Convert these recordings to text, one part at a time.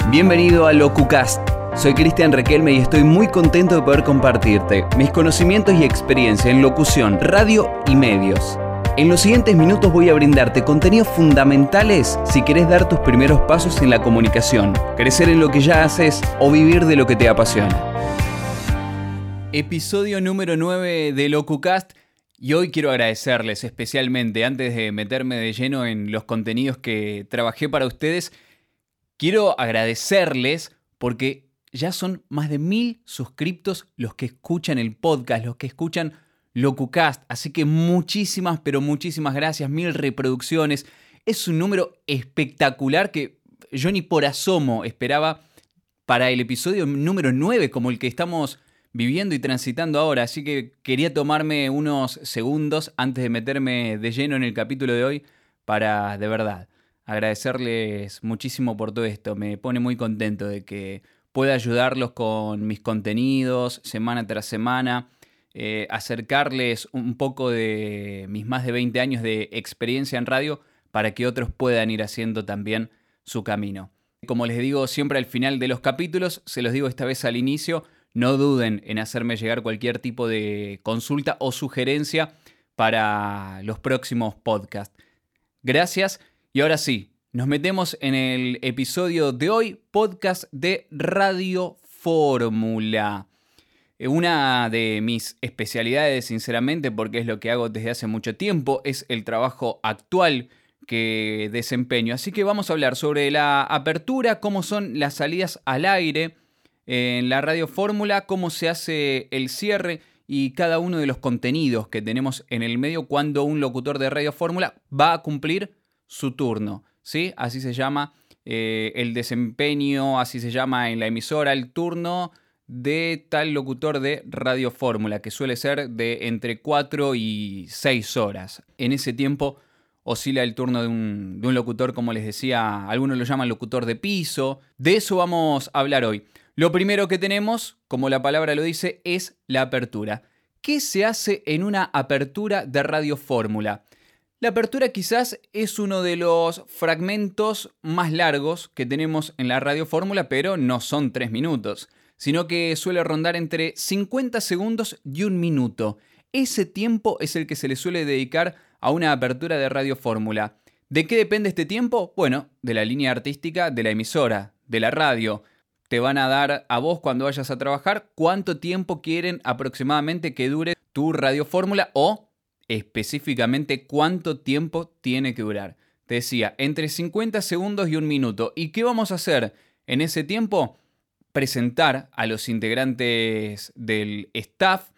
Bienvenido a LocuCast. Soy Cristian Requelme y estoy muy contento de poder compartirte mis conocimientos y experiencia en locución, radio y medios. En los siguientes minutos voy a brindarte contenidos fundamentales si querés dar tus primeros pasos en la comunicación, crecer en lo que ya haces o vivir de lo que te apasiona. Episodio número 9 de LocuCast. Y hoy quiero agradecerles especialmente, antes de meterme de lleno en los contenidos que trabajé para ustedes, quiero agradecerles porque ya son más de 1000 suscriptos los que escuchan el podcast, los que escuchan LocuCast. Así que muchísimas, pero muchísimas gracias. 1000 reproducciones. Es un número espectacular que yo ni por asomo esperaba para el episodio número 9, como el que estamos viviendo y transitando ahora. Así que quería tomarme unos segundos antes de meterme de lleno en el capítulo de hoy para, de verdad, agradecerles muchísimo por todo esto. Me pone muy contento de que pueda ayudarlos con mis contenidos semana tras semana, acercarles un poco de mis más de 20 años de experiencia en radio para que otros puedan ir haciendo también su camino. Como les digo siempre al final de los capítulos, se los digo esta vez al inicio, no duden en hacerme llegar cualquier tipo de consulta o sugerencia para los próximos podcasts. Gracias. Y ahora sí, nos metemos en el episodio de hoy, podcast de Radio Fórmula. Una de mis especialidades, sinceramente, porque es lo que hago desde hace mucho tiempo, es el trabajo actual que desempeño. Así que vamos a hablar sobre la apertura, cómo son las salidas al aire en la Radio Fórmula, cómo se hace el cierre y cada uno de los contenidos que tenemos en el medio cuando un locutor de Radio Fórmula va a cumplir su turno, ¿sí? Así se llama el desempeño, así se llama en la emisora el turno de tal locutor de Radio Fórmula, que suele ser de entre 4 y 6 horas. En ese tiempo oscila el turno de un locutor, como les decía, algunos lo llaman locutor de piso. De eso vamos a hablar hoy. Lo primero que tenemos, como la palabra lo dice, es la apertura. ¿Qué se hace en una apertura de Radio Fórmula? La apertura quizás es uno de los fragmentos más largos que tenemos en la Radio Fórmula, pero no son 3 minutos, sino que suele rondar entre 50 segundos y 1 minuto. Ese tiempo es el que se le suele dedicar a una apertura de Radio Fórmula. ¿De qué depende este tiempo? Bueno, de la línea artística de la emisora, de la radio. Te van a dar a vos cuando vayas a trabajar cuánto tiempo quieren aproximadamente que dure tu Radio Fórmula o específicamente cuánto tiempo tiene que durar. Te decía, entre 50 segundos y 1 minuto. ¿Y qué vamos a hacer en ese tiempo? Presentar a los integrantes del staff.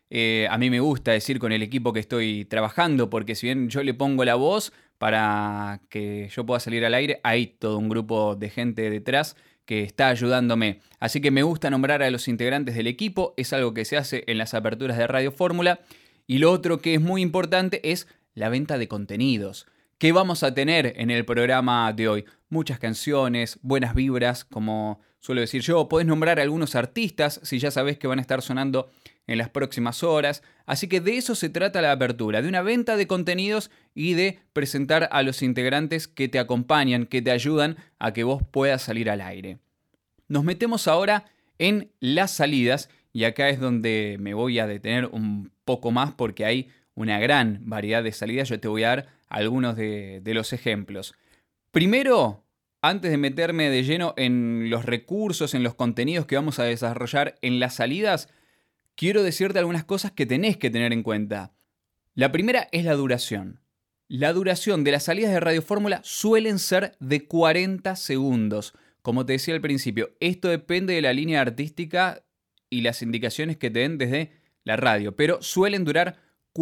A mí me gusta decir con el equipo que estoy trabajando, porque si bien yo le pongo la voz para que yo pueda salir al aire, hay todo un grupo de gente detrás que está ayudándome. Así que me gusta nombrar a los integrantes del equipo, es algo que se hace en las aperturas de Radio Fórmula. Y lo otro que es muy importante es la venta de contenidos. ¿Qué vamos a tener en el programa de hoy? Muchas canciones, buenas vibras, como suelo decir yo. Podés nombrar a algunos artistas si ya sabés que van a estar sonando en las próximas horas. Así que de eso se trata la apertura, de una venta de contenidos y de presentar a los integrantes que te acompañan, que te ayudan a que vos puedas salir al aire. Nos metemos ahora en las salidas y acá es donde me voy a detener un poco más porque hay una gran variedad de salidas. Yo te voy a dar algunos de los ejemplos. Primero, antes de meterme de lleno en los recursos, en los contenidos que vamos a desarrollar en las salidas, quiero decirte algunas cosas que tenés que tener en cuenta. La primera es la duración. La duración de las salidas de Radio Fórmula suelen ser de 40 segundos. Como te decía al principio, esto depende de la línea artística y las indicaciones que te den desde la radio, pero suelen durar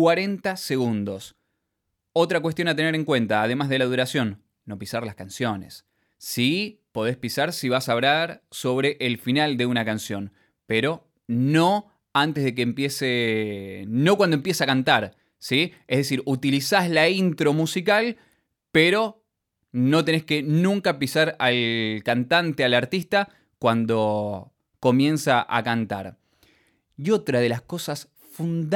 40 segundos. Otra cuestión a tener en cuenta, además de la duración, no pisar las canciones. Sí, podés pisar si vas a hablar sobre el final de una canción, pero no antes de que empiece, no cuando empieza a cantar, ¿sí? Es decir, utilizás la intro musical, pero no tenés que nunca pisar al cantante, al artista, cuando comienza a cantar. Y otra de las cosas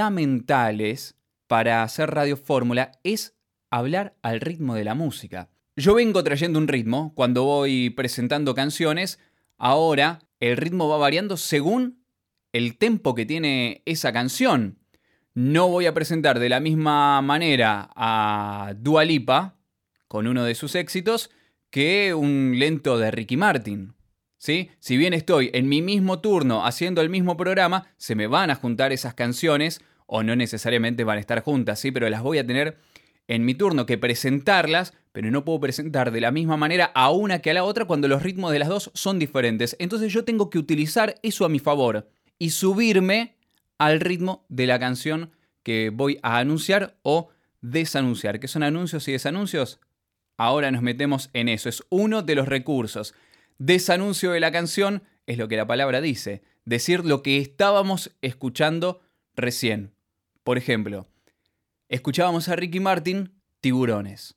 fundamentales para hacer Radio Fórmula es hablar al ritmo de la música. Yo vengo trayendo un ritmo cuando voy presentando canciones. Ahora el ritmo va variando según el tempo que tiene esa canción. No voy a presentar de la misma manera a Dua Lipa con uno de sus éxitos que un lento de Ricky Martin. ¿Sí? Si bien estoy en mi mismo turno haciendo el mismo programa, se me van a juntar esas canciones o no necesariamente van a estar juntas, ¿sí? Pero las voy a tener en mi turno que presentarlas, pero no puedo presentar de la misma manera a una que a la otra cuando los ritmos de las dos son diferentes. Entonces yo tengo que utilizar eso a mi favor y subirme al ritmo de la canción que voy a anunciar o desanunciar. ¿Qué son anuncios y desanuncios? Ahora nos metemos en eso. Es uno de los recursos. Desanuncio de la canción es lo que la palabra dice. Decir lo que estábamos escuchando recién. Por ejemplo, escuchábamos a Ricky Martin, Tiburones.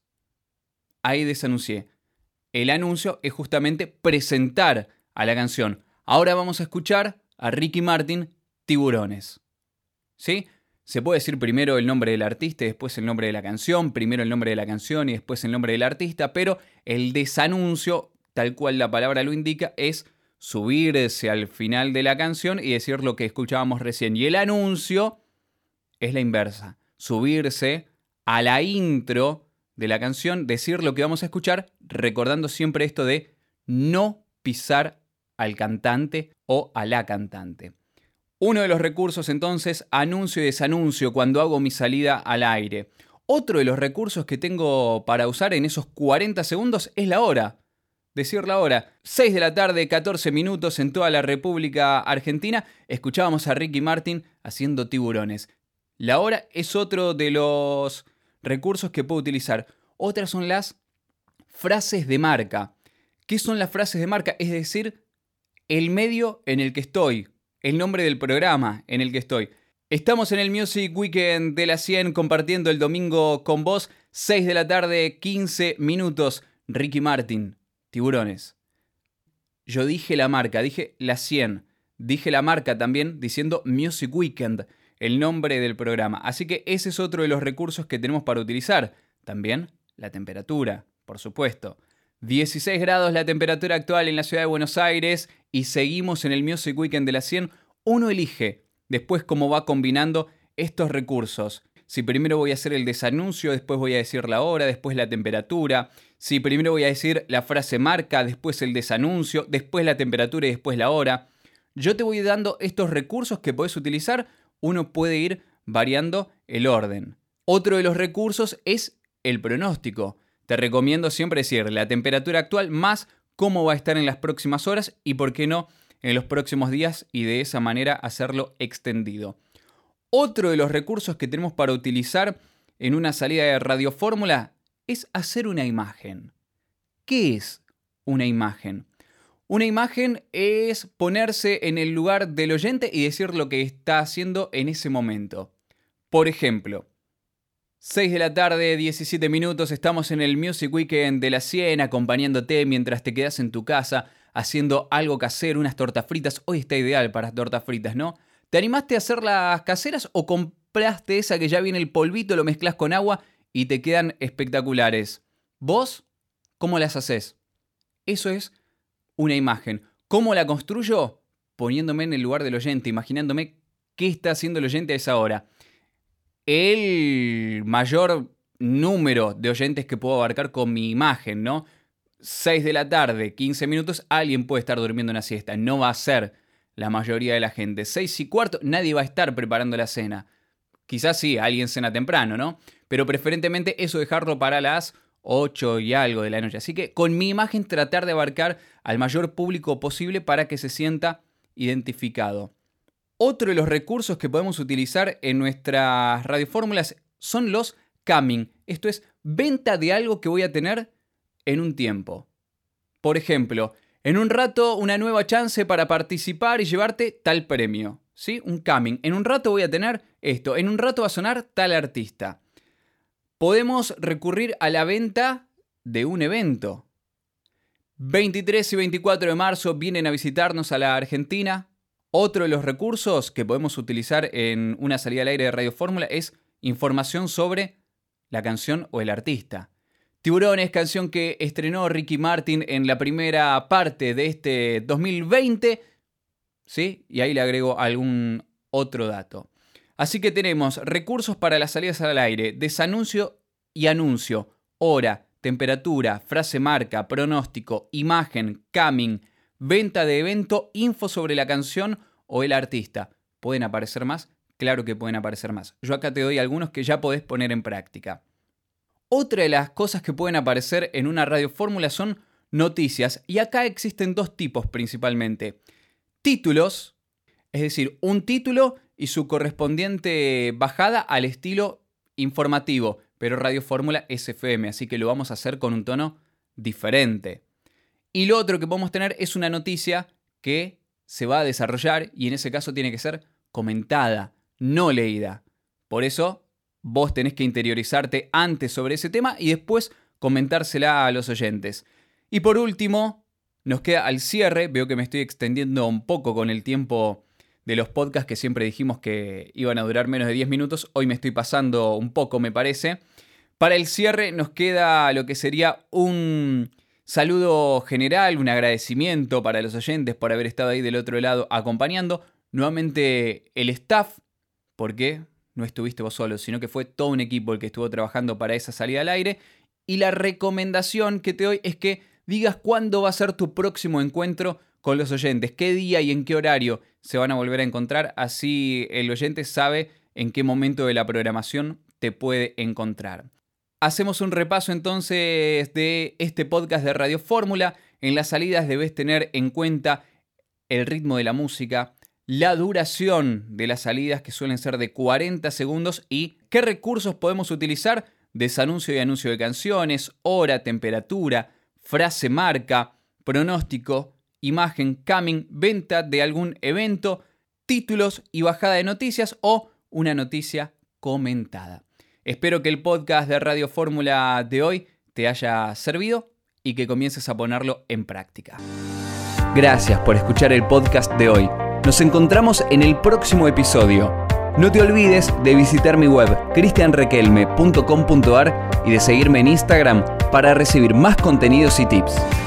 Ahí desanuncié. El anuncio es justamente presentar a la canción. Ahora vamos a escuchar a Ricky Martin, Tiburones. ¿Sí? Se puede decir primero el nombre del artista y después el nombre de la canción, primero el nombre de la canción y después el nombre del artista, pero el desanuncio, tal cual la palabra lo indica, es subirse al final de la canción y decir lo que escuchábamos recién. Y el anuncio es la inversa, subirse a la intro de la canción, decir lo que vamos a escuchar, recordando siempre esto de no pisar al cantante o a la cantante. Uno de los recursos entonces, anuncio y desanuncio cuando hago mi salida al aire. Otro de los recursos que tengo para usar en esos 40 segundos es la hora. Decir la hora. 6 de la tarde, 14 minutos en toda la República Argentina. Escuchábamos a Ricky Martin haciendo Tiburones. La hora es otro de los recursos que puedo utilizar. Otras son las frases de marca. ¿Qué son las frases de marca? Es decir, el medio en el que estoy. El nombre del programa en el que estoy. Estamos en el Music Weekend de la 100 compartiendo el domingo con vos. 6 de la tarde, 15 minutos. Ricky Martin, Tiburones. Yo dije la marca, dije la 100. Dije la marca también diciendo Music Weekend, el nombre del programa. Así que ese es otro de los recursos que tenemos para utilizar. También la temperatura, por supuesto. 16 grados la temperatura actual en la ciudad de Buenos Aires y seguimos en el Music Weekend de la 100. Uno elige después cómo va combinando estos recursos. Si primero voy a hacer el desanuncio, después voy a decir la hora, después la temperatura. Si primero voy a decir la frase marca, después el desanuncio, después la temperatura y después la hora. Yo te voy dando estos recursos que podés utilizar. Uno puede ir variando el orden. Otro de los recursos es el pronóstico. Te recomiendo siempre decir la temperatura actual más cómo va a estar en las próximas horas y por qué no en los próximos días y de esa manera hacerlo extendido. Otro de los recursos que tenemos para utilizar en una salida de radiofórmula es hacer una imagen. ¿Qué es una imagen? Una imagen es ponerse en el lugar del oyente y decir lo que está haciendo en ese momento. Por ejemplo, 6 de la tarde, 17 minutos, estamos en el Music Weekend de la 100 acompañándote mientras te quedas en tu casa haciendo algo casero, unas tortas fritas. Hoy está ideal para tortas fritas, ¿no? ¿Te animaste a hacer las caseras o compraste esa que ya viene el polvito, lo mezclas con agua y te quedan espectaculares? ¿Vos cómo las haces? Eso es una imagen. ¿Cómo la construyo? Poniéndome en el lugar del oyente, imaginándome qué está haciendo el oyente a esa hora. El mayor número de oyentes que puedo abarcar con mi imagen, ¿no? 6 de la tarde, 15 minutos, alguien puede estar durmiendo una siesta. No va a ser la mayoría de la gente. 6 y cuarto, nadie va a estar preparando la cena. Quizás sí, alguien cena temprano, ¿no? Pero preferentemente eso dejarlo para las 8 y algo de la noche. Así que con mi imagen tratar de abarcar al mayor público posible para que se sienta identificado. Otro de los recursos que podemos utilizar en nuestras radiofórmulas son los coming. Esto es venta de algo que voy a tener en un tiempo. Por ejemplo, en un rato una nueva chance para participar y llevarte tal premio. ¿Sí? Un coming. En un rato voy a tener esto. En un rato va a sonar tal artista. Podemos recurrir a la venta de un evento. 23 y 24 de marzo vienen a visitarnos a la Argentina. Otro de los recursos que podemos utilizar en una salida al aire de Radio Fórmula es información sobre la canción o el artista. Tiburones, canción que estrenó Ricky Martin en la primera parte de este 2020, ¿sí? Y ahí le agrego algún otro dato. Así que tenemos recursos para las salidas al aire, desanuncio y anuncio, hora, temperatura, frase marca, pronóstico, imagen, coming, venta de evento, info sobre la canción o el artista. ¿Pueden aparecer más? Claro que pueden aparecer más. Yo acá te doy algunos que ya podés poner en práctica. Otra de las cosas que pueden aparecer en una radiofórmula son noticias. Y acá existen dos tipos principalmente. Títulos, es decir, un título y su correspondiente bajada al estilo informativo. Pero radiofórmula es FM, así que lo vamos a hacer con un tono diferente. Y lo otro que podemos tener es una noticia que se va a desarrollar y en ese caso tiene que ser comentada, no leída. Por eso vos tenés que interiorizarte antes sobre ese tema y después comentársela a los oyentes. Y por último, nos queda al cierre. Veo que me estoy extendiendo un poco con el tiempo de los podcasts que siempre dijimos que iban a durar menos de 10 minutos. Hoy me estoy pasando un poco, me parece. Para el cierre nos queda lo que sería un saludo general, un agradecimiento para los oyentes por haber estado ahí del otro lado acompañando. Nuevamente el staff, porque no estuviste vos solo, sino que fue todo un equipo el que estuvo trabajando para esa salida al aire. Y la recomendación que te doy es que digas cuándo va a ser tu próximo encuentro con los oyentes, qué día y en qué horario se van a volver a encontrar, así el oyente sabe en qué momento de la programación te puede encontrar. Hacemos un repaso entonces de este podcast de Radio Fórmula. En las salidas debes tener en cuenta el ritmo de la música, la duración de las salidas que suelen ser de 40 segundos y qué recursos podemos utilizar, desanuncio y anuncio de canciones, hora, temperatura, frase marca, pronóstico, imagen, coming, venta de algún evento, títulos y bajada de noticias o una noticia comentada. Espero que el podcast de Radio Fórmula de hoy te haya servido y que comiences a ponerlo en práctica. Gracias por escuchar el podcast de hoy. Nos encontramos en el próximo episodio. No te olvides de visitar mi web cristianrequelme.com.ar y de seguirme en Instagram para recibir más contenidos y tips.